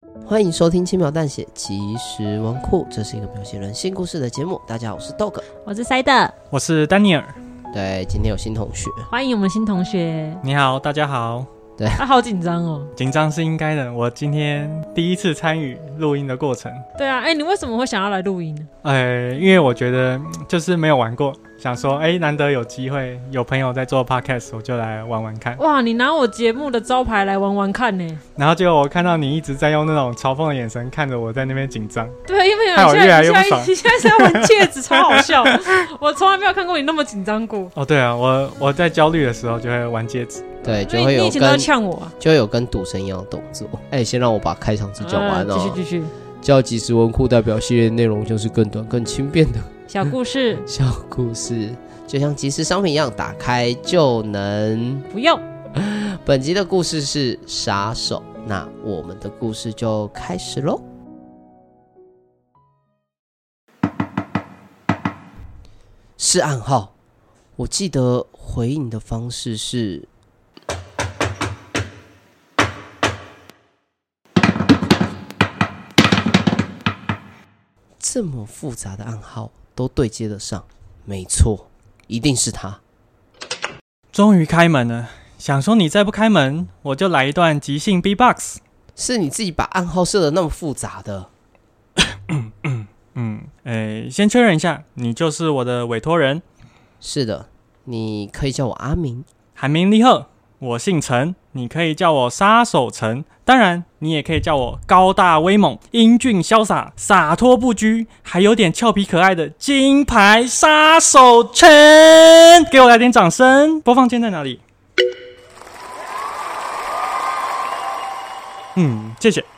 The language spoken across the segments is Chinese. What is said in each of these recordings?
欢迎收听轻描淡写即时文库，这是一个描写人性故事的节目。大家好，我是 Dog， 我是塞德， 我是丹尼尔。 对，今天有新同学， 欢迎我们新同学。 你好，大家好。 对， 他好紧张哦。 紧张是应该的，我今天第一次参与录音的过程。 对啊，你为什么会想要来录音呢？ 因为我觉得就是没有玩过，想说难得有机会，有朋友在做 podcast， 我就来玩玩看。 哇，你拿我节目的招牌来玩玩看呢？ 然后结果我看到你一直在用那种嘲讽的眼神看着我在那边紧张。 对，因为害我越来越不爽。 你现在是在玩戒指，超好笑。我从来没有看过你那么紧张过。 哦，对啊，我在焦虑的时候就会玩戒指。 对，就会有你以前都要呛我啊， 就会有跟赌神一样的动作。先让我把开场词讲完哦。 继续。 叫即时文库代表系列内容就是更短、更轻便的小故事， 小故事，就像即时商品一样，打开就能。 不用。 本集的故事是杀手，那我们的故事就开始咯。是暗号，我记得回应的方式是这么复杂的暗号都对接得上，没错，一定是他。 终于开门了，想说你再不开门，我就来一段即兴 B-box。 是你自己把暗号设得那么复杂的。 先确认一下，你就是我的委托人。 是的，你可以叫我阿明。 韩明立赫，我姓陈，你可以叫我杀手陈，当然你也可以叫我高大威猛、英俊潇洒、洒脱不拘，还有点俏皮可爱的金牌杀手陈。给我来点掌声。播放键在哪里？谢谢。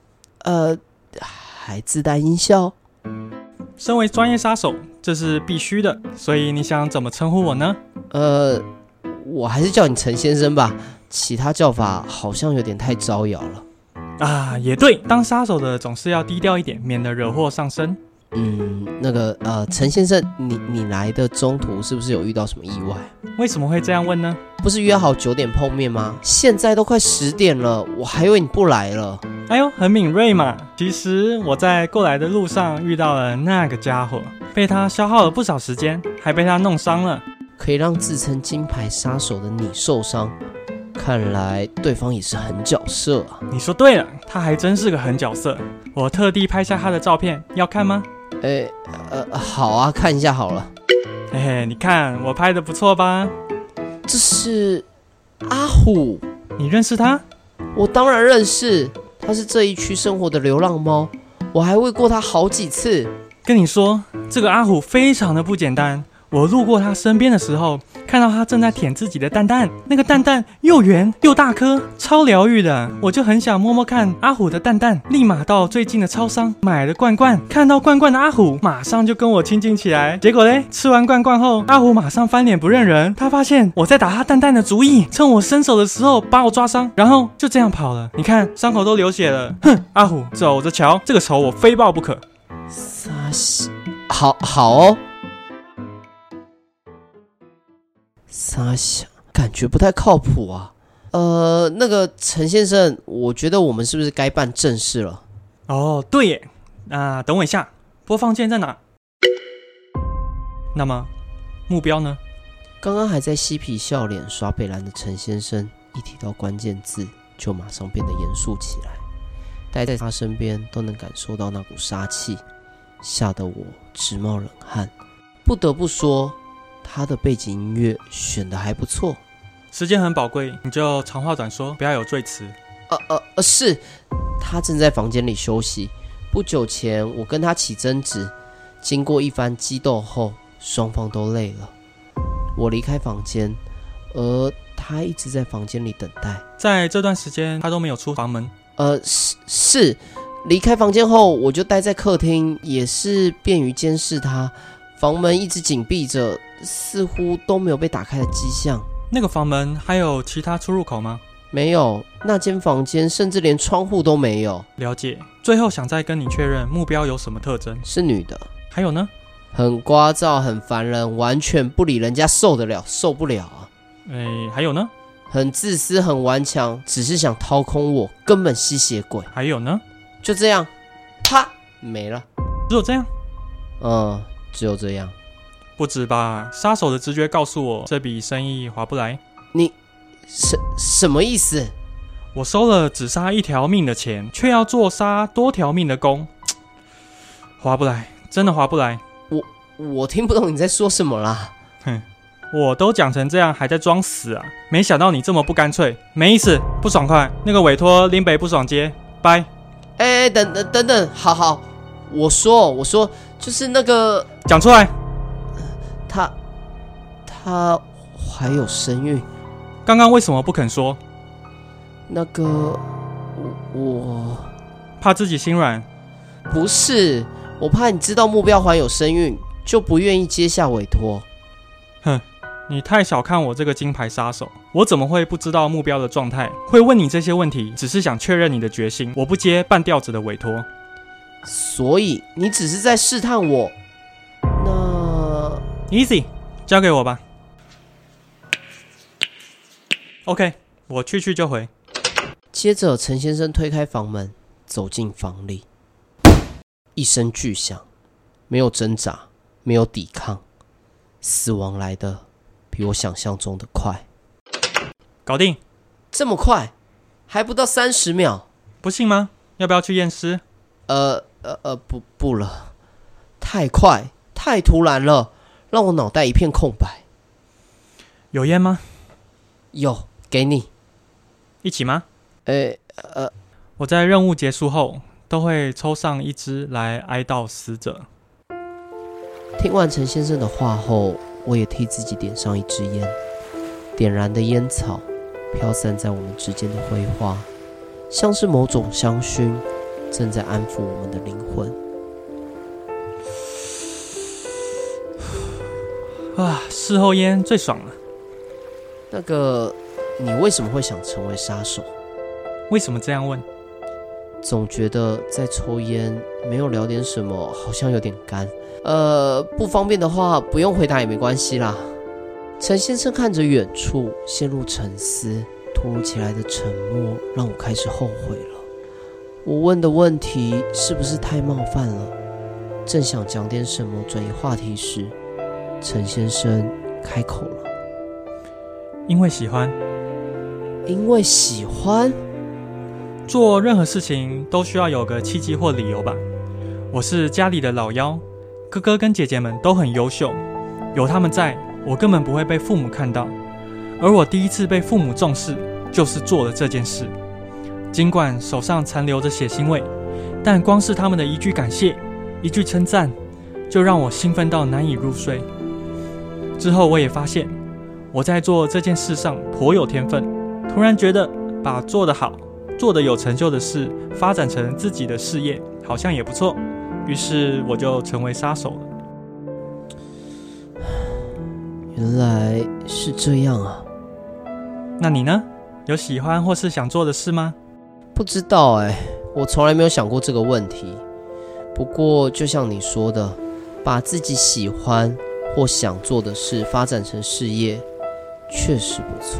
还自带音效。 身为专业杀手，这是必须的，所以你想怎么称呼我呢？ 我还是叫你陈先生吧，其他叫法好像有点太招摇了。 也对，当杀手的总是要低调一点，免得惹祸上身。 陈先生，你来的中途是不是有遇到什么意外？ 为什么会这样问呢？ 不是约好9点碰面吗？现在都快10点了，我还以为你不来了。 哎呦，很敏锐嘛。其实我在过来的路上遇到了那个家伙，被他消耗了不少时间，还被他弄伤了。 可以让自称金牌杀手的你受伤，看来对方也是狠角色啊。 你说对了，他还真是个狠角色。我特地拍下他的照片，要看吗？ 好啊，看一下好了。 你看我拍的不错吧？ 这是阿虎。 你认识他？ 我当然认识，他是这一区生活的流浪猫，我还喂过他好几次。 跟你说，这个阿虎非常的不简单。我路过他身边的时候，看到他正在舔自己的蛋蛋，那个蛋蛋又圆又大颗，超疗愈的。我就很想摸摸看阿虎的蛋蛋，立马到最近的超商买了罐罐，看到罐罐的阿虎马上就跟我亲近起来。结果嘞，吃完罐罐后，阿虎马上翻脸不认人，他发现我在打他蛋蛋的主意，趁我伸手的时候把我抓伤，然后就这样跑了。你看伤口都流血了。哼，阿虎走着瞧，这个仇我非报不可。 好哦。傻小，感觉不太靠谱啊。那个陈先生，我觉得我们是不是该办正事了？ 哦，对耶。等我一下，播放键在哪？那么，目标呢？ 刚刚还在嬉皮笑脸耍北兰的陈先生，一提到关键字，就马上变得严肃起来。待在他身边，都能感受到那股杀气，吓得我直冒冷汗。不得不说，他的背景音乐选得还不错。 时间很宝贵，你就长话短说，不要有赘词。 是，他正在房间里休息。不久前我跟他起争执，经过一番激斗后，双方都累了。我离开房间，而他一直在房间里等待。 在这段时间，他都没有出房门。 是。离开房间后，我就待在客厅，也是便于监视他。房门一直紧闭着，似乎都没有被打开的迹象。 那个房门还有其他出入口吗？ 没有，那间房间甚至连窗户都没有。 了解。最后想再跟你确认，目标有什么特征？ 是女的。 还有呢？ 很聒噪，很烦人，完全不理人家，受不了啊。 还有呢？ 很自私，很顽强，只是想掏空我，根本吸血鬼。 还有呢？ 就这样，啪，没了。 只有这样？ 只有这样。 不止吧，杀手的直觉告诉我，这笔生意划不来。 你什么意思？ 我收了只杀一条命的钱，却要做杀多条命的工，划不来，真的划不来。 我听不懂你在说什么啦。 哼，我都讲成这样，还在装死啊！没想到你这么不干脆，没意思，不爽快。那个委托林北不爽接，拜。 等，好，我说，就是那个， 讲出来。 她怀有身孕。 刚刚为什么不肯说？ 那个，我怕自己心软。 不是，我怕你知道目标怀有身孕，就不愿意接下委托。 哼，你太小看我这个金牌杀手，我怎么会不知道目标的状态？会问你这些问题，只是想确认你的决心。我不接半吊子的委托。 所以你只是在试探我？那 easy， 交给我吧。OK， 我去就回。 接着，陈先生推开房门，走进房里。一声巨响，没有挣扎，没有抵抗，死亡来的比我想象中的快。 搞定。 这么快？还不到30秒？ 不信吗？要不要去验尸？ 不了，太快，太突然了，让我脑袋一片空白。 有烟吗？ 有，给你。 一起吗？ 我在任务结束后都会抽上一支来哀悼死者。 听完陈先生的话后，我也替自己点上一支烟。点燃的烟草飘散在我们之间的灰花，像是某种香薰正在安抚我们的灵魂。 事后烟最爽了。 那个，你为什么会想成为杀手？ 为什么这样问？ 总觉得在抽烟没有聊点什么，好像有点干。不方便的话，不用回答也没关系啦。陈先生看着远处，陷入沉思。突如其来的沉默让我开始后悔了。我问的问题是不是太冒犯了？正想讲点什么转移话题时，陈先生开口了。 因为喜欢。 因为喜欢？ 做任何事情都需要有个契机或理由吧。我是家里的老幺，哥哥跟姐姐们都很优秀，有他们在，我根本不会被父母看到。而我第一次被父母重视，就是做了这件事。尽管手上残留着血腥味，但光是他们的一句感谢，一句称赞，就让我兴奋到难以入睡。之后我也发现，我在做这件事上颇有天分，突然觉得把做得好、做得有成就的事发展成自己的事业，好像也不错。于是我就成为杀手了。 原来是这样啊。 那你呢？有喜欢或是想做的事吗？ 不知道我从来没有想过这个问题。不过就像你说的，把自己喜欢或想做的事发展成事业，确实不错。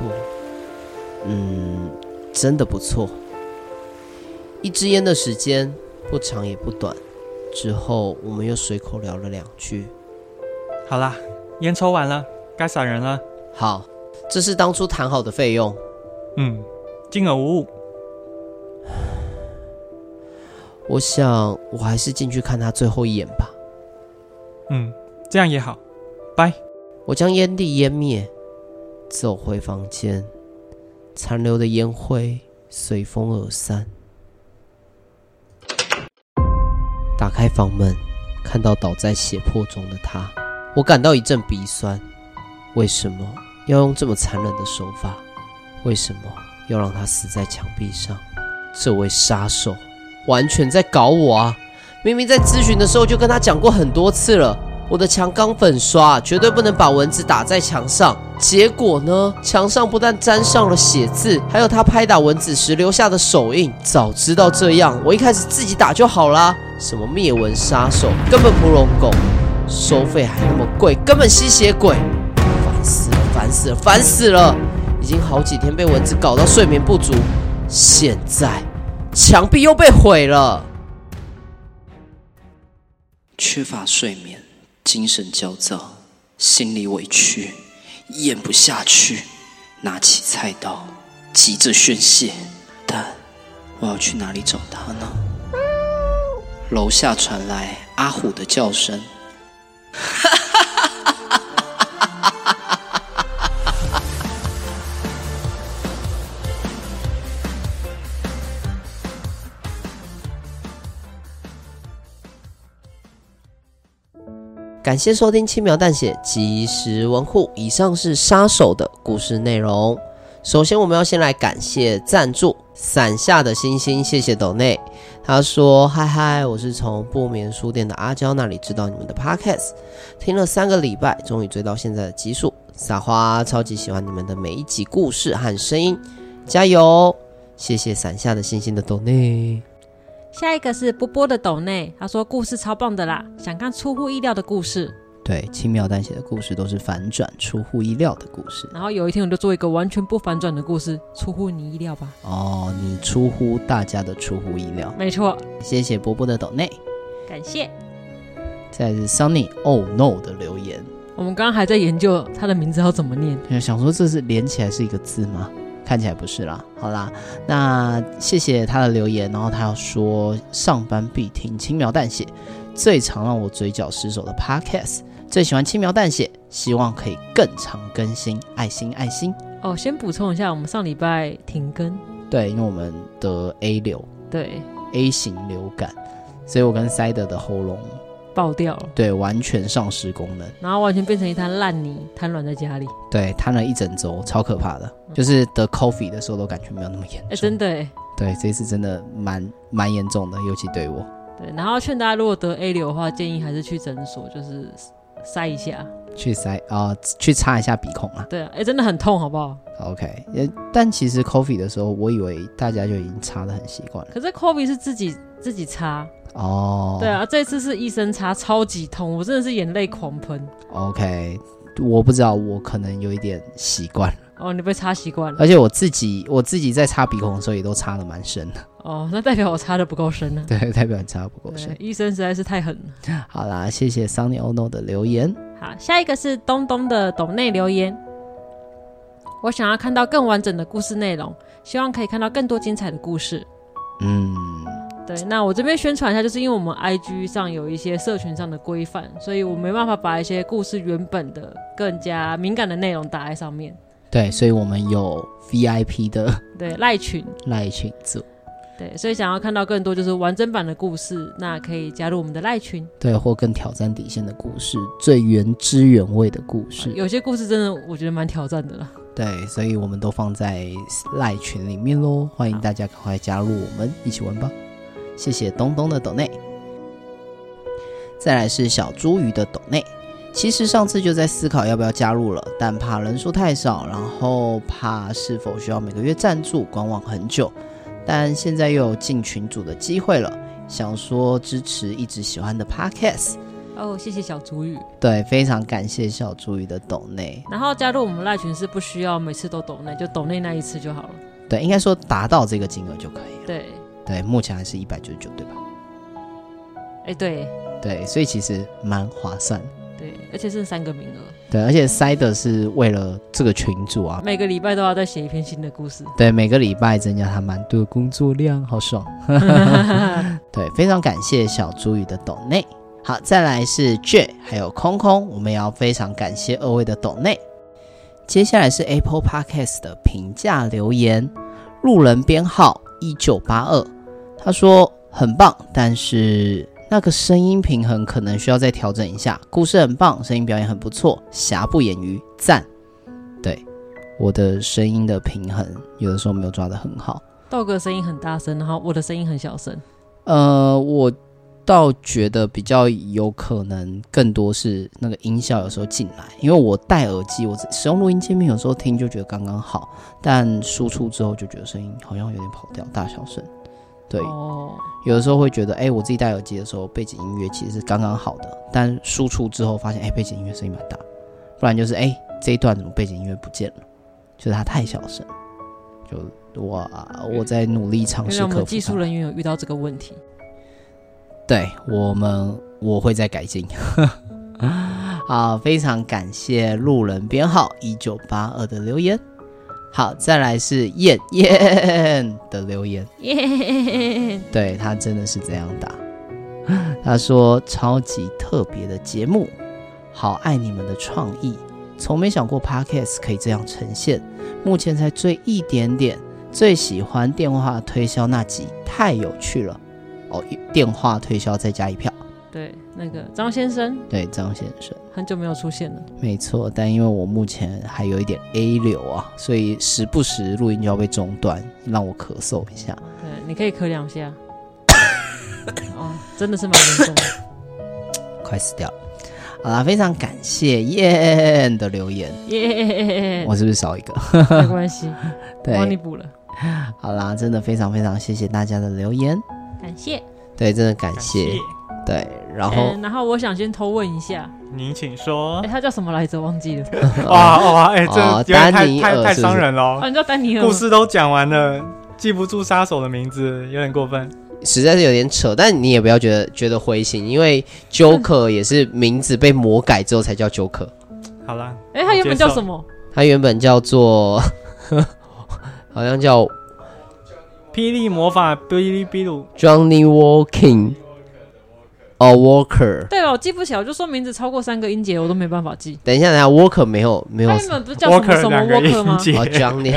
真的不错。一支烟的时间不长也不短，之后我们又随口聊了2句。 好啦，烟抽完了，该闪人了。 好，这是当初谈好的费用。 金额无误。 我想我还是进去看他最后一眼吧。 这样也好。拜。 我将烟蒂湮灭，走回房间，残留的烟灰随风而散。打开房门，看到倒在血泊中的他，我感到一阵鼻酸。为什么要用这么残忍的手法？为什么要让他死在墙壁上？这位杀手完全在搞我啊！明明在咨询的时候就跟他讲过很多次了，我的墙钢粉刷绝对不能把蚊子打在墙上。结果呢，墙上不但沾上了血渍，还有他拍打蚊子时留下的手印。早知道这样，我一开始自己打就好啦。什么灭蚊杀手，根本不容狗，收费还那么贵，根本吸血鬼。烦死了，烦死了，烦死了！已经好几天被蚊子搞到睡眠不足，现在墙壁又被毁了。 缺乏睡眠，精神焦躁，心里委屈，咽不下去，拿起菜刀急着宣泄，但我要去哪里找他呢？楼下传来阿虎的叫声。感谢收听轻描淡写即时文库，以上是杀手的故事内容。首先我们要先来感谢赞助伞下的星星，谢谢斗内。他说嗨嗨，我是从不眠书店的阿娇那里知道你们的 podcast， 听了3个礼拜终于追到现在的集数，撒花超级喜欢你们的每一集故事和声音，加油。谢谢伞下的星星的斗内。 下一个是波波的斗内，他说故事超棒的啦，想看出乎意料的故事。 对，轻描淡写的故事都是反转出乎意料的故事。 然后有一天我就做一个完全不反转的故事，出乎你意料吧。 哦，你出乎大家的出乎意料。 没错， 谢谢波波的斗内， 感谢。 再来是 Sunny Oh No 的留言， 我们刚刚还在研究他的名字要怎么念， 想说这是连起来是一个字吗？看起来不是啦。好啦，那谢谢他的留言，然后他要说上班必听轻描淡写，最常让我嘴角失手的 podcast， 最喜欢轻描淡写，希望可以更常更新，爱心爱心。 哦，先补充一下，我们上礼拜停更， 对，因为我们得 A 流， 对 A 型流感，所以我跟塞德的喉咙爆掉了， 对，完全丧失功能， 然后完全变成一滩烂泥，瘫软在家里。 对，瘫了一整周，超可怕的。就是得 COVID 的时候都感觉没有那么严重。 真的耶。 对，这次真的蛮严重的，尤其对我。 对，然后劝大家如果得 A 流的话，建议还是去诊所，就是塞一下， 去擦一下鼻孔啊。 对啊，真的很痛，好不好 ？OK， 但其实 COVID 的时候，我以为大家就已经擦得很习惯了。 可是 COVID 是自己擦。 哦， 对啊，这次是医生擦，超级痛，我真的是眼泪狂喷。 OK， 我不知道，我可能有一点习惯了。 哦，你被擦习惯了。 而且我自己在擦鼻孔的时候也都擦得蛮深的。 哦，那代表我擦得不够深了。 对，代表你擦得不够深。 医生实在是太狠了。 好啦，谢谢 Sunny Ono 的留言。 好，下一个是东东的斗内留言。我想要看到更完整的故事内容，希望可以看到更多精彩的故事。对，那我这边宣传一下，就是因为我们 IG 上有一些社群上的规范，所以我没办法把一些故事原本的更加敏感的内容打在上面。 对，所以我们有 VIP 的对赖群组。 对，所以想要看到更多就是完整版的故事，那可以加入我们的赖群。 对，或更挑战底线的故事，最原汁原味的故事。 有些故事真的我觉得蛮挑战的啦。 对，所以我们都放在赖群里面咯，欢迎大家赶快加入我们一起玩吧。谢谢东东的斗内。再来是小猪鱼的斗内。其实上次就在思考要不要加入了，但怕人数太少，然后怕是否需要每个月赞助，观望很久。但现在又有进群组的机会了，想说支持一直喜欢的 podcast。 哦，谢谢小猪鱼。 对，非常感谢小猪鱼的斗内。 然后加入我们赖群是不需要每次都斗内，就斗内那一次就好了。 对，应该说达到这个金额就可以了。 对， 目前还是199，对吧？对，所以其实蛮划算。 对，而且是3个名额。 对，而且塞的是为了这个群组啊， 每个礼拜都要再写一篇新的故事。 对，每个礼拜增加他蛮多的工作量，好爽。对，非常感谢小猪鱼的斗内。好，再来是 J 还有空空，我们也要非常感谢2位的斗内。接下来是 Apple Podcast 的评价留言，路人编号1982，他说很棒，但是那个声音平衡可能需要再调整一下，故事很棒，声音表演很不错，瑕不掩瑜，赞。对，我的声音的平衡有的时候没有抓得很好， 道哥声音很大声，然后我的声音很小声。 我倒觉得比较有可能更多是那个音效有时候进来，因为我戴耳机，我使用录音界面有时候听就觉得刚刚好，但输出之后就觉得声音好像有点跑掉，大小声。对，有的时候会觉得我自己戴耳机的时候背景音乐其实是刚刚好的，但输出之后发现背景音乐声音蛮大，不然就是这一段怎么背景音乐不见了，就是它太小声。就我在努力尝试克服它。 因为我们技术人员有遇到这个问题。 对，我会再改进。好，非常感谢路人编号1982的留言。好，再来是燕燕的留言。对，他真的是这样打。他说超级特别的节目，好爱你们的创意，从没想过 Podcast 可以这样呈现，目前才追一点点，最喜欢电话推销那集，太有趣了。电话推销再加1票。 对，那个张先生， 对，张先生很久没有出现了。 没错，但因为我目前还有一点 A 流啊，所以时不时录音就要被中断，让我咳嗽一下。 对，你可以咳2下。真的是蛮严重的， 快死掉了。好啦，非常感谢燕的留言。我是不是少一个？ 没关系， 对， 帮你补了。 好啦，真的非常非常谢谢大家的留言， 感谢。 对，真的感谢。对，然后我想先偷问一下， 您请说。 他叫什么来着？忘记了。 哇，这有点太伤人了。 你知道丹尼尔？ 故事都讲完了，记不住杀手的名字，有点过分。 实在是有点扯，但你也不要觉得灰心，因为 Joker 也是名字被魔改之后才叫 Joker。 好啦， 他原本叫什么？ 他原本叫做好像叫霹雳魔法哔哩哔噜 Johnny Walking Walker。 对了，我记不起来，我就说名字超过3个音节我都没办法记。 等一下，Walker 没有。他原本不是叫什么什么 Walker 吗 ？Johnny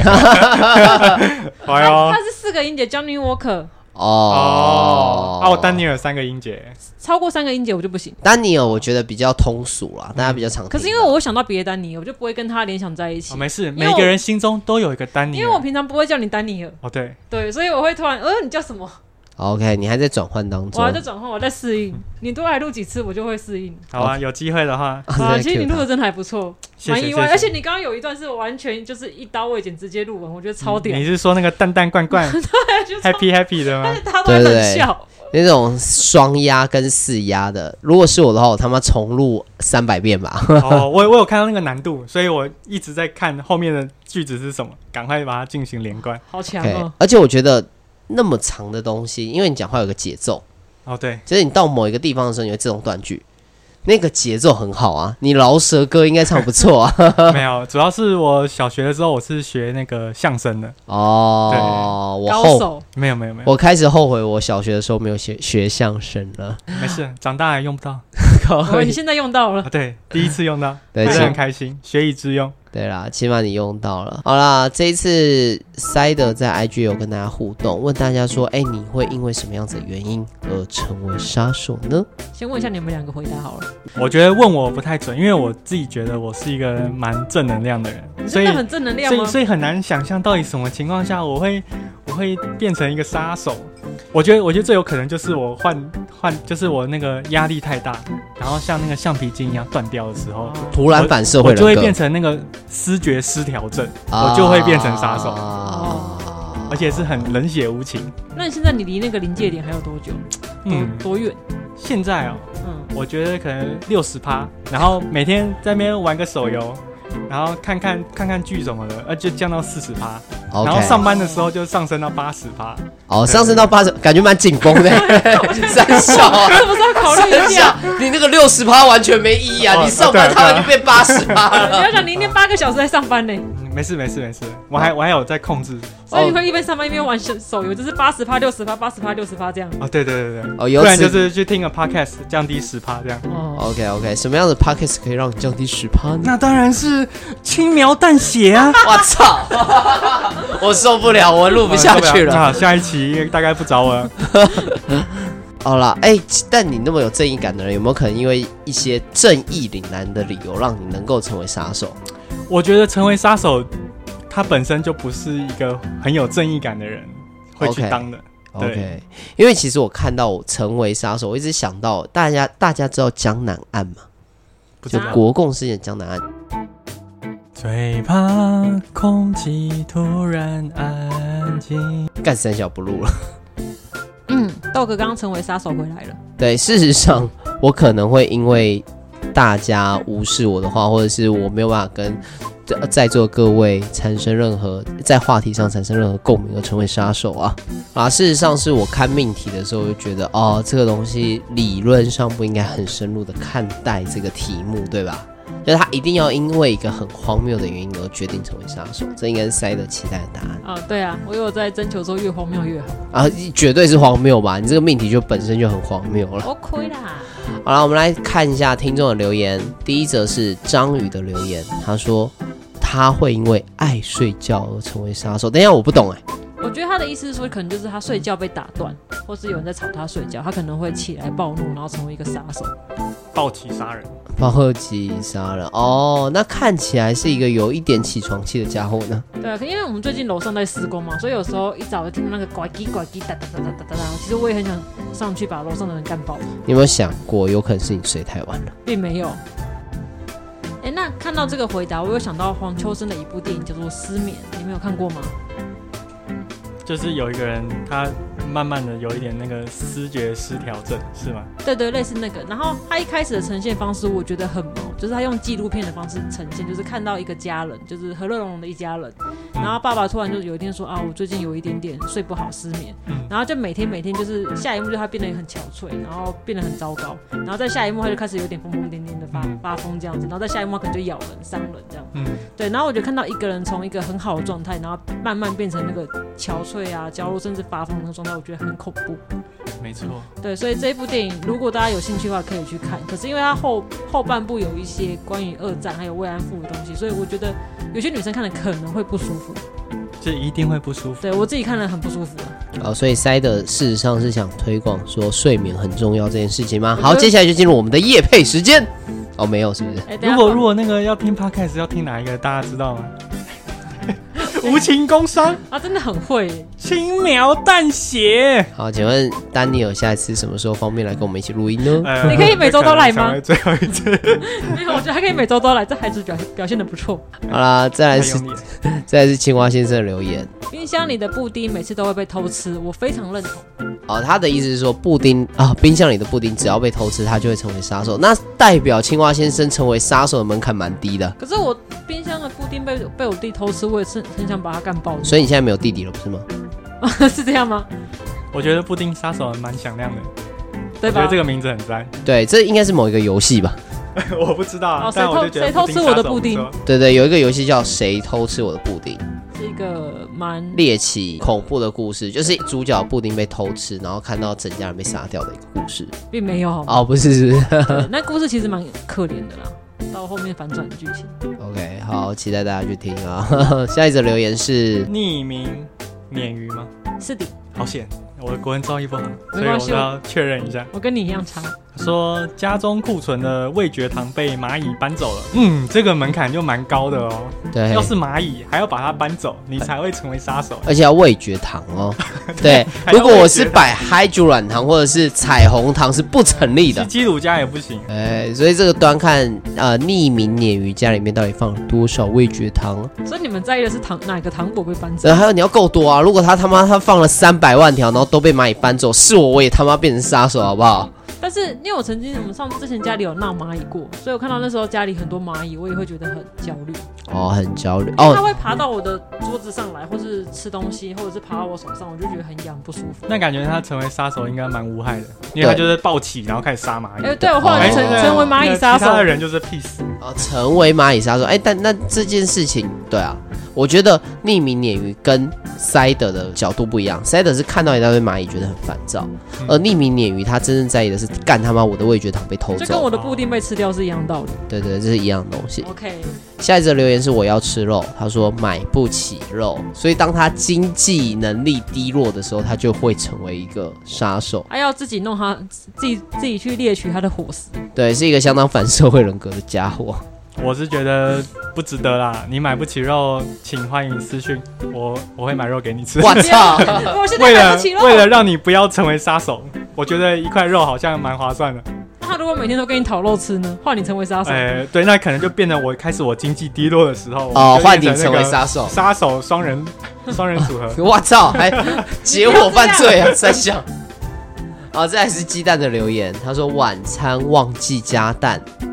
他是4个音节 Johnny Walker。 我丹尼尔3个音节， 超过3个音节我就不行。 丹尼尔我觉得比较通俗啦，大家比较常听。 可是因为我想到别的丹尼尔，我就不会跟他联想在一起。 没事，每个人心中都有一个丹尼尔。 因为我平常不会叫你丹尼尔。 对， 所以我会突然，你叫什么？ OK， 你还在转换当中。 我还在转换，我在适应。你多来录几次，我就会适应。 好啊，有机会的话。 其实你录的真的还不错，蛮意外。 谢谢。 而且你刚刚有一段是完全就是一刀未剪，直接录完，我觉得超屌。 你是说那个蛋蛋罐罐对 ，happy 的吗？ 但是他都会很笑。 那种双压跟4压的，如果是我的话，我他妈重录300遍吧。 我有看到那个难度，所以我一直在看后面的句子是什么，赶快把它进行连贯。 好强哦！ 而且我觉得那么长的东西，因为你讲话有个节奏。 对， 就是你到某一个地方的时候，你会自动断句。那个节奏很好啊，你饶舌歌应该唱不错啊。 没有，主要是我小学的时候我是学那个相声的。 对， 高手。 没有， 我开始后悔我小学的时候没有学相声了。 没事，长大还用不到。 你现在用到了。 对，第一次用到， 对， 很开心，学以致用。 对啦，起码你用到了。好啦，这一次塞德在 IG 有跟大家互动，问大家说，你会因为什么样子的原因而成为杀手呢？ 先问一下你们2个回答好了。 我觉得问我不太准，因为我自己觉得我是一个蛮正能量的人， 真的很正能量吗？ 所以很难想象到底什么情况下我会变成一个杀手。我觉得最有可能就是我就是我那个压力太大，然后像那个橡皮筋一样断掉的时候， 突然反社会人格， 我就会变成那个思觉失调症，我就会变成杀手，而且是很冷血无情。 那你现在离那个临界点还有多久？多远？ 现在我觉得可能60%，然后每天在那边玩个手游，然后看看剧什么的，就降到40%，然后上班的时候就上升到80%。 上升到80%，感觉蛮紧绷的。三小啊， 是不是要考虑一下？ 你那个60%完全没意义啊！你上班他就变80%了。 你要想，你一天8个小时在上班呢。 没事，我还有在控制。 所以你会一边上班一边玩手游，就是80%、60%这样。 对。不然就是去听个 podcast 降低10%这样。 OK， 什么样的 podcast 可以让你降低10%呢？ 那当然是轻描淡写啊！ 我操，我受不了，我录不下去了。 下一期大概不找我了。 好啦，但你那么有正义感的人，有没有可能因为一些正义凛然的理由，让你能够成为杀手？ 我觉得成为杀手，他本身就不是一个很有正义感的人会去当的。 OK， 因为其实我看到我成为杀手，我一直想到大家知道江南案吗？就国共事件江南案。 最怕空气突然安静。 干三小不录了。 豆哥刚刚成为杀手回来了。 对，事实上我可能会因为大家无视我的话，或者是我没有办法跟在座各位在话题上产生任何共鸣而成为杀手啊！事实上是我看命题的时候就觉得，这个东西理论上不应该很深入的看待这个题目，对吧？就是他一定要因为一个很荒谬的原因而决定成为杀手，这应该是塞德期待的答案对啊，我有在征求说越荒谬越好绝对是荒谬吧？你这个命题就本身就很荒谬了。 OK 啦。 好了，我们来看一下听众的留言。第一则是章鱼的留言，他说他会因为爱睡觉而成为杀手。等一下，我不懂我觉得他的意思是说，可能就是他睡觉被打断，或是有人在吵他睡觉，他可能会起来暴怒，然后成为一个杀手， 暴起杀人。 暴起杀人那看起来是一个有一点起床气的家伙呢。 对啊，因为我们最近楼上在施工嘛，所以有时候一早就听到那个呱唧呱唧哒哒哒哒哒哒，其实我也很想上去把楼上的人干爆。 你有没有想过，有可能是你睡太晚了？ 并没有。那看到这个回答，我有想到黄秋生的一部电影叫做《失眠》，你们有看过吗？ 就是有一个人，他慢慢的有一点那个思觉失调症，是吗？ 对对，类似那个。然后他一开始的呈现方式，我觉得很毛，就是他用纪录片的方式呈现，就是看到一个家人，就是和乐融融的一家人。然后爸爸突然就有一天说我最近有一点点睡不好，失眠。然后就每天就是下一幕就他变得很憔悴，然后变得很糟糕。然后在下一幕他就开始有点疯疯癫癫的发疯这样子。然后在下一幕他可能就咬人、伤人这样。对。然后我就看到一个人从一个很好的状态，然后慢慢变成那个憔悴焦虑甚至发疯的那个状态，我觉得很恐怖。 没错。 对，所以这一部电影如果大家有兴趣的话可以去看，可是因为它后半部有一些关于二战还有慰安妇的东西，所以我觉得有些女生看了可能会不舒服。 这一定会不舒服。 对，我自己看了很不舒服所以塞德事实上是想推广说睡眠很重要这件事情吗？好，接下来就进入我们的业配时间。没有是不是？ 如果那个要听 podcast 要听哪一个大家知道吗？无情工伤真的很会轻描淡写。 好，请问丹尼尔下一次什么时候方便来跟我们一起录音呢？ 你可以每周都来吗？ 最后一次没有，我觉得还可以每周都来，这孩子表现得不错。 好啦，再来是青蛙先生的留言。 冰箱里的布丁每次都会被偷吃，我非常认同。 他的意思是说布丁冰箱里的布丁只要被偷吃，他就会成为杀手。那代表青蛙先生成为杀手的门槛蛮低的。 可是我冰箱的布丁被我弟偷吃，我也是很想把他干爆的。 所以你现在没有弟弟了，不是吗？ 是这样吗？ 我觉得布丁杀手蛮响亮的， 对吧？ 我觉得这个名字很赞。 对，这应该是某一个游戏吧？ 我不知道但我就觉得谁偷吃我的布丁？ 对，有一个游戏叫《谁偷吃我的布丁》。 是一个蛮猎奇恐怖的故事，就是主角布丁被偷吃，然后看到整家人被杀掉的一个故事， 并没有不是那故事其实蛮可怜的啦，到后面反转的剧情。 OK， 好，期待大家去听下一则留言是匿名鲶鱼吗？ 是的。 好险，我的国文造诣不好，所以我要确认一下。 我跟你一样差。 说家中库存的味觉糖被蚂蚁搬走了，这个门槛就蛮高的对， 要是蚂蚁还要把它搬走，你才会成为杀手， 而且要味觉糖对，如果我是摆嗨珠软糖或者是彩虹糖是不成立的， 基鲁家也不行。 所以这个端看匿名鲶鱼家里面到底放了多少味觉糖。 所以你们在意的是哪个糖果被搬走？ 还有你要够多啊！如果他放了300万条，然后都被蚂蚁搬走，是我也他妈变成杀手好不好？ 但是因为我们之前家里有闹蚂蚁过，所以我看到那时候家里很多蚂蚁，我也会觉得很焦虑。 很焦虑它会爬到我的桌子上来，或是吃东西，或者是爬到我手上，我就觉得很痒不舒服。 那感觉他成为杀手应该蛮无害的，因为他就是暴起然后开始杀蚂蚁。 对，我后来就成为蚂蚁杀手。 其他的人就是屁死成为蚂蚁杀手。但那这件事情，对啊，我觉得匿名鲶鱼跟塞德的角度不一样。塞德是看到一大堆蚂蚁觉得很烦躁，而匿名鲶鱼他真正在意的是干他妈我的味觉糖被偷走， 就跟我的布丁被吃掉是一样道理。 对，这是一样的东西。 OK， 下一则留言是我要吃肉，他说买不起肉，所以当他经济能力低落的时候，他就会成为一个杀手。 他要自己弄他自己去猎取他的伙食。 对，是一个相当反社会人格的家伙。 我是觉得不值得啦，你买不起肉，请欢迎私讯我会买肉给你吃。 我操！ 我现在买不起肉。 为了让你不要成为杀手，我觉得一块肉好像蛮划算的。 他如果每天都跟你讨肉吃呢，换你成为杀手。 对，那可能就变成我经济低落的时候， 换你成为杀手， 杀手双人组合。 我操，还结伙犯罪啊！在想。再来是鸡蛋的留言，他说晚餐忘记加蛋。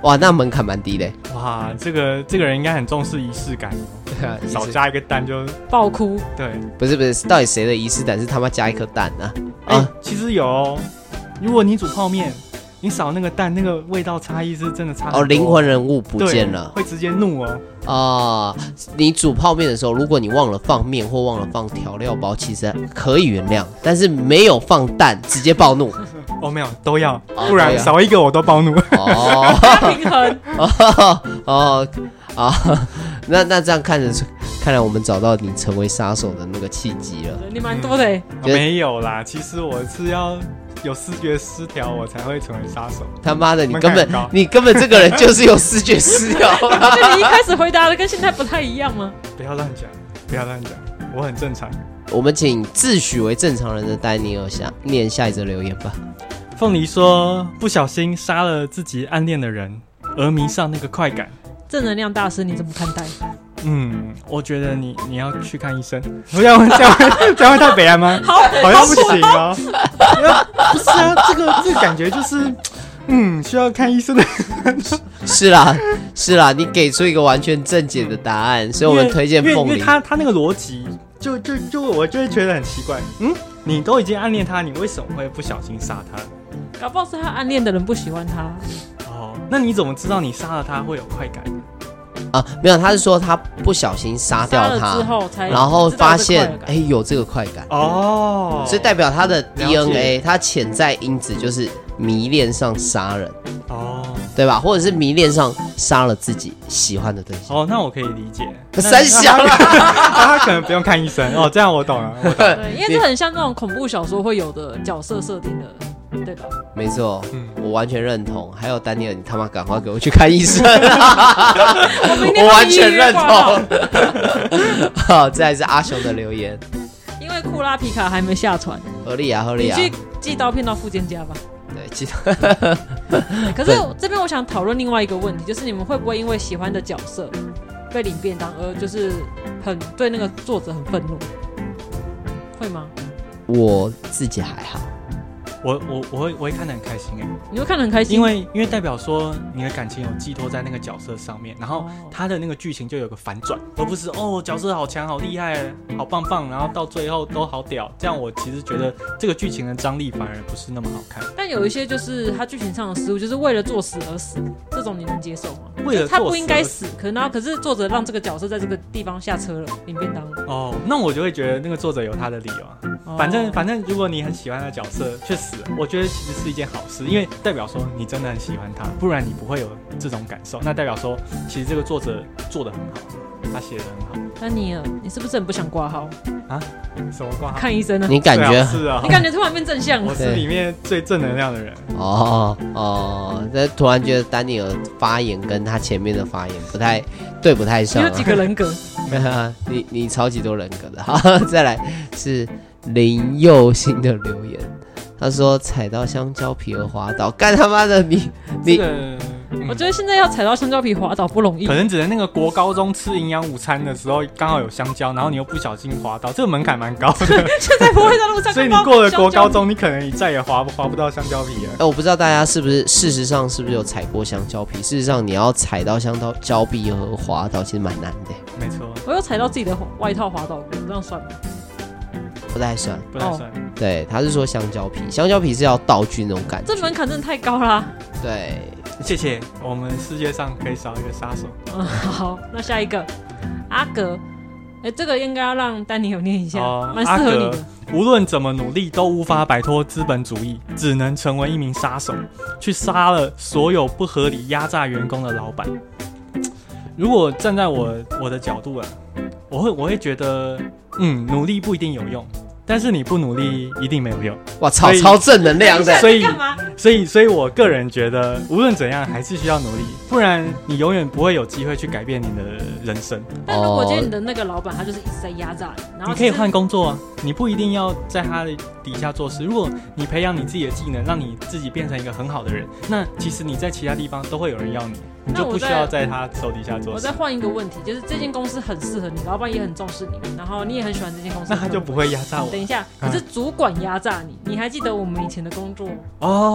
哇，那门槛蛮低的。 哇，这个人应该很重视仪式感哦。 对啊， 少加一个蛋就爆哭。 对， 不是，到底谁的仪式感是他妈加一颗蛋呢？ 其实有哦，如果你煮泡面，你少那个蛋，那个味道差异是真的差很多。 灵魂人物不见了， 会直接怒哦。 你煮泡面的时候，如果你忘了放面或忘了放调料包，其实可以原谅，但是没有放蛋，直接暴怒。 没有，都要，不然少一个我都暴怒。 平衡。 那这样看来我们找到你成为杀手的那个契机了。 你蛮多的。 没有啦，其实我是要有视觉失调，我才会成为杀手。 他妈的，你根本这个人就是有视觉失调。 你一开始回答的跟现在不太一样吗？ 不要乱讲，我很正常。 我们请自诩为正常人的丹尼尔念下一则留言吧。 凤梨说：“不小心杀了自己暗恋的人，而迷上那个快感。” 正能量大师，你怎么看待？ 我觉得你要去看医生。这样会太北岸吗？好像不行哦。不是啊，这个感觉就是，需要看医生的。 是啦，你给出一个完全正解的答案，所以我们推荐凤梨。 因为他那个逻辑，就我就会觉得很奇怪。你都已经暗恋他，你为什么会不小心杀他？ 搞不好是他暗恋的人不喜欢他。 那你怎么知道你杀了他会有快感？ 没有，他是说他不小心杀掉他，然后发现有这个快感所以代表他的 DNA， 他潜在因子就是迷恋上杀人对吧？或者是迷恋上杀了自己喜欢的对象。 那我可以理解。 三小了， 他可能不用看医生这样我懂了。 对，因为这很像那种恐怖小说会有的角色设定的。对吧？ 没错，我完全认同。还有丹尼尔，你他妈赶快给我去看医生！我完全认同。好，再来是阿雄的留言。 因为库拉皮卡还没下船， 合理啊。 你去寄刀片到富坚家吧。 对，寄刀。 可是这边我想讨论另外一个问题，就是你们会不会因为喜欢的角色被领便当，而就是很对那个作者很愤怒？会吗？ 我自己还好。 我会看得很开心你会看得很开心， 因为代表说你的感情有寄托在那个角色上面，然后他的那个剧情就有个反转，而不是角色好强好厉害好棒棒，然后到最后都好屌，这样我其实觉得这个剧情的张力反而不是那么好看。 但有一些就是他剧情上的失误，就是为了作死而死，这种你能接受吗？ 为了他不应该死，可是作者让这个角色在这个地方下车了，领便当。 那我就会觉得那个作者有他的理由反正如果你很喜欢的角色却死了，我觉得其实是一件好事，因为代表说你真的很喜欢他，不然你不会有这种感受。那代表说其实这个作者做得很好，他写得很好。 丹尼尔，你是不是很不想挂号什么挂号？ 看医生呢？ 你感觉是啊？ 你感觉突然变正向了？ 我是里面最正能量的人。 但突然觉得丹尼尔发言跟他前面的发言不太上。 你有几个人格？ 你超级多人格的。好，再来是林佑星的留言，他说踩到香蕉皮而滑倒，干他妈的你！ 我觉得现在要踩到香蕉皮滑倒不容易， 可能只能那个国高中吃营养午餐的时候刚好有香蕉，然后你又不小心滑倒，这个门槛蛮高的。 现在不会在路上， 所以你过了国高中，你可能你再也滑不到香蕉皮了。 我不知道大家事实上是不是有踩过香蕉皮？事实上，你要踩到香蕉皮和滑倒，其实蛮难的。 没错， 我有踩到自己的外套滑倒过，这样算吗？ 不太算。 对， 他是说香蕉皮是要道具那种感觉， 这门槛真的太高啦。 对， 谢谢，我们世界上可以少一个杀手。 好，那下一个阿格，这个应该要让丹尼有念一下，蛮适合你的。 无论怎么努力都无法摆脱资本主义，只能成为一名杀手，去杀了所有不合理压榨员工的老板。如果站在我的角度我会觉得，努力不一定有用，但是你不努力一定没有用。 哇操，超正能量的。 所以我个人觉得，无论怎样还是需要努力，不然你永远不会有机会去改变你的人生。 但如果今天你的那个老板他就是一直在压榨你，然后你可以换工作啊，你不一定要在他的底下做事。如果你培养你自己的技能，让你自己变成一个很好的人，那其实你在其他地方都会有人要你。你就不需要在他手底下做事。 我再换一个问题，就是这间公司很适合你，老板也很重视你，然后你也很喜欢这间公司， 那他就不会压榨我。 等一下，可是主管压榨你，你还记得我们以前的工作？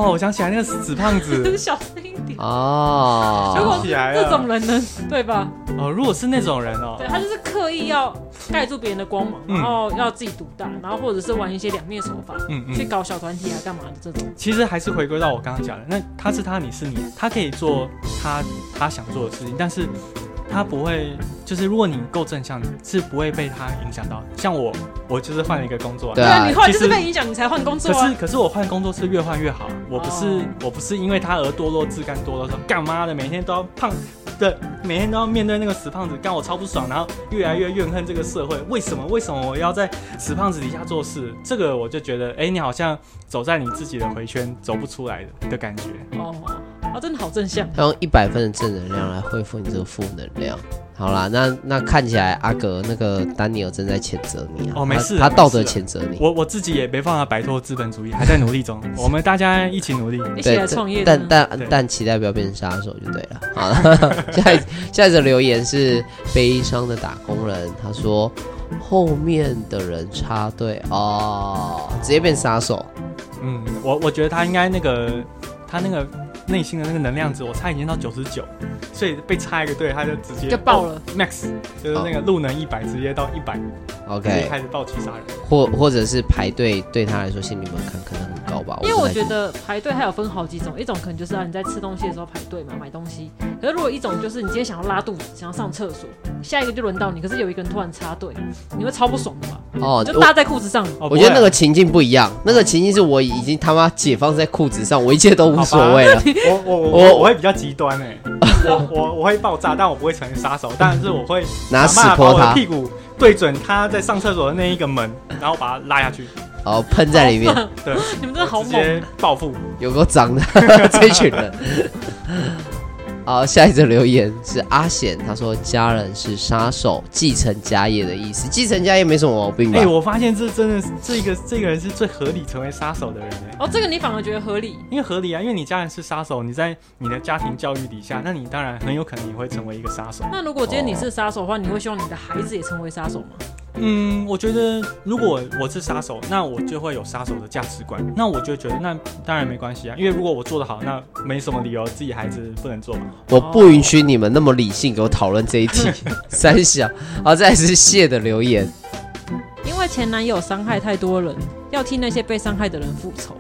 我想起来那个死胖子。 小声一点哦。 如果是这种人呢，对吧？ 如果是那种人对，他就是刻意要盖住别人的光芒，然后要自己独大，然后或者是玩一些两面手法，去搞小团体啊干嘛的这种。 其实还是回归到我刚刚讲的，那他是他，你是你，他可以做他想做的事情，但是他不会，就是如果你够正向，是不会被他影响到。像我就是换了一个工作， 对啊， 你后来就是被影响，你才换工作啊。 可是我换工作是越换越好，我不是因为他而堕落自甘堕落，说干嘛的每天都要胖的，每天都要面对那个死胖子，干我超不爽，然后越来越怨恨这个社会，为什么我要在死胖子底下做事？这个我就觉得，你好像走在你自己的回圈走不出来的感觉。 真的好正向。 他用100分的正能量来恢复你这个负能量。好啦，那看起来阿格那个丹尼尔正在谴责你啊。 没事， 他道德谴责你。 我自己也没办法摆脱资本主义，还在努力中。我们大家一起努力， 一起来创业。 但期待不要变成杀手就对了。好了，下一则留言是悲伤的打工人，他说后面的人插队直接变杀手。 我觉得他应该他那个内心的那个能量值，我猜已经到99，所以被插一个队，他就直接就爆了 ，max 就是那个路能100，直接到100，OK， 直接开始暴击杀人， 或者是排队对他来说心理门槛可能很高吧。 因为我觉得排队还有分好几种，一种可能就是你在吃东西的时候排队嘛，买东西。可是如果一种就是你今天想要拉肚子，想要上厕所，下一个就轮到你，可是有一个人突然插队，你会超不爽的吧？就搭在裤子上。 我觉得那个情境不一样，那个情境是我已经他妈解放在裤子上，我一切都无所谓了。 我会比较极端我会爆炸，但我不会成为杀手，但是我会拿屎泼他， 屁股对准他在上厕所的那一个门，然后把他拉下去， 喷在里面。 对，你们真的好猛， 直接报复， 有够脏的这群人。好，下一则留言是阿贤，他说家人是杀手，继承家业的意思。继承家业没什么毛病吧？ 我发现这真的是这个人是最合理成为杀手的人。 这个你反而觉得合理？ 因为合理啊，因为你家人是杀手，你在你的家庭教育底下，那你当然很有可能也会成为一个杀手。 那如果今天你是杀手的话，你会希望你的孩子也成为杀手吗？ 我觉得如果我是杀手，那我就会有杀手的价值观，那我就觉得那当然没关系啊，因为如果我做得好，那没什么理由自己孩子不能做嘛。 我不允许你们那么理性给我讨论这一题。三小，好，再来是谢的留言， 因为前男友伤害太多人，要替那些被伤害的人复仇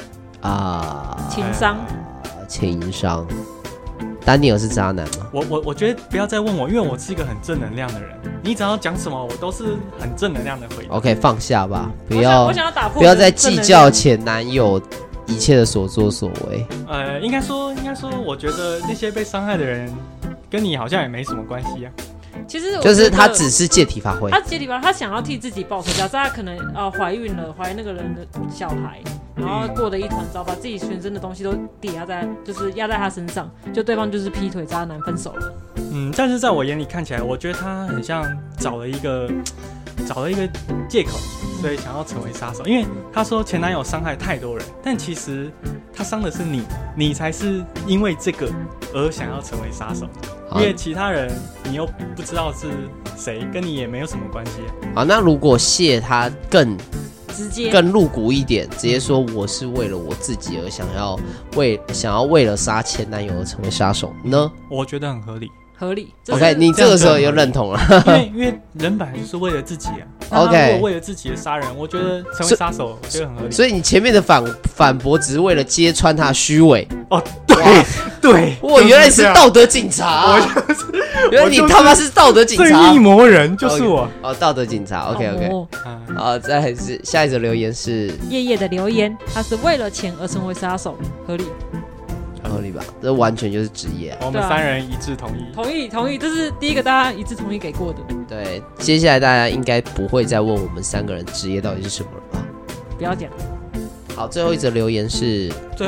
情商。 丹尼尔是渣男吗？ 我觉得不要再问我，因为我是一个很正能量的人。你只要讲什么，我都是很正能量的回答。 OK， 放下吧，不要再计较前男友一切的所作所为。 应该说，我觉得那些被伤害的人跟你好像也没什么关系啊。 其实就是他只是借题发挥， 他想要替自己报仇。假设他可能怀孕了，怀那个人的小孩，然后过得一团糟，把自己全身的东西都压在他身上，就对方就是劈腿渣男分手了。 但是在我眼里看起来，我觉得他很像找了一个借口，所以想要成为杀手。因为他说前男友伤害太多人，但其实他伤的是你才是因为这个而想要成为杀手。因为其他人你又不知道是谁，跟你也没有什么关系。 好，那如果谢他更直接、 更露骨一点，直接说我是为了我自己而想要为了杀前男友而成为杀手呢？ 我觉得很合理。 OK， 你这个时候又认同了， 因为人本来就是为了自己啊。 OK， 如果为了自己的杀人，我觉得成为杀手，我觉得很合理。 所以你前面的反驳只是为了揭穿他虚伪。 对， 我原来是道德警察，原来你他妈是道德警察， 正义魔人就是我。 道德警察。OK， 再来是下一则留言是夜夜的留言，他是为了钱而成为杀手，合理吧？这完全就是职业。 我们3人一致同意， 同意，这是第一个大家一致同意给过的。 对，接下来大家应该不会再问我们3个人职业到底是什么了吧？ 不要讲。 好，最后一则留言是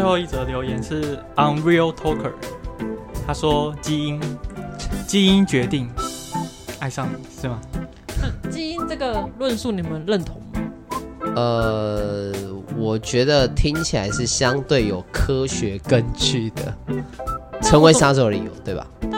Unreal Talker， 他说基因决定爱上你是吗？ 基因这个论述你们认同吗？ 我觉得听起来是相对有科学根据的，成为杀手的理由，对吧？ 但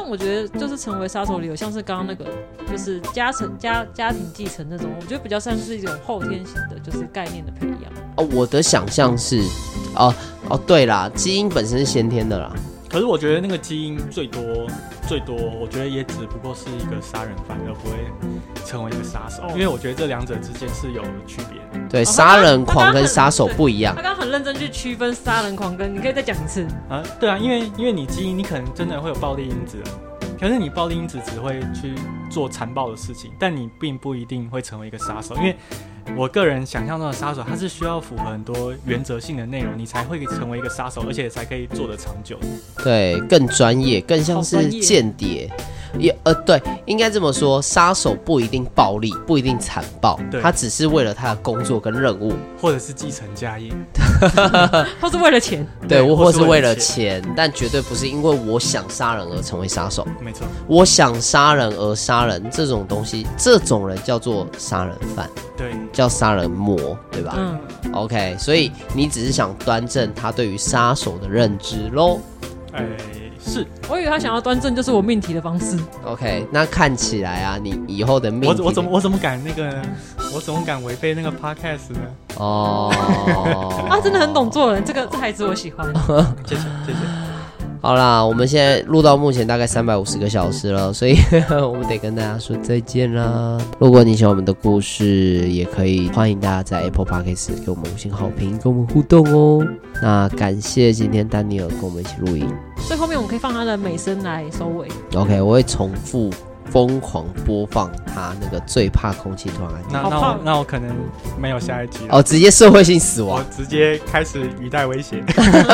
我觉得就是成为杀手理由，像是刚刚那个就是家庭继承那种，我觉得比较像是一种后天型的，就是概念的培养。 我的想象是，对啦，基因本身是先天的啦。 可是我觉得那个基因最多，我觉得也只不过是一个杀人犯，而不会成为一个杀手，因为我觉得这两者之间是有区别的。 对，杀人狂跟杀手不一样。 他刚刚很认真去区分杀人狂跟，你可以再讲一次啊？对啊，因为你基因，你可能真的会有暴力因子，可是你暴力因子只会去做残暴的事情，但你并不一定会成为一个杀手，因为我个人想象中的杀手，他是需要符合很多原则性的内容，你才会成为一个杀手，而且才可以做得长久。 对，更专业，更像是间谍。对，应该这么说，杀手不一定暴力，不一定残暴，他只是为了他的工作跟任务， 或者是继承家业， 或是为了钱， 对，或是为了钱，但绝对不是因为我想杀人而成为杀手。 没错， 我想杀人而杀人这种东西，这种人叫做杀人犯， 对， 叫杀人魔，对吧？OK， 所以你只是想端正他对于杀手的认知咯。 是， 我以为他想要端正就是我命题的方式。 OK， 那看起来啊，你以后的命题我怎么敢那个呢？我怎么敢违背那个 podcast 呢？ 他真的很懂做人，这孩子我喜欢。 谢谢。 好啦，我们现在录到目前大概350个小时了，所以我们得跟大家说再见啦。如果你喜欢我们的故事，也可以欢迎大家在 Apple Podcast 给我们5星好评，跟我们互动哦。那感谢今天丹尼尔跟我们一起录音， 所以后面我们可以放他的美声来收尾。 OK， 我会重复疯狂播放他那个最怕空气突然安静。 那我可能没有下一集了。 直接社会性死亡， 我直接开始语带威胁。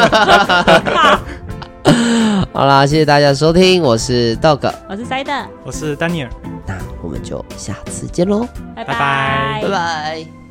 好啦，谢谢大家的收听，我是 Dog， 我是 Side， 我是丹尼尔， 那我们就下次见咯， 拜拜。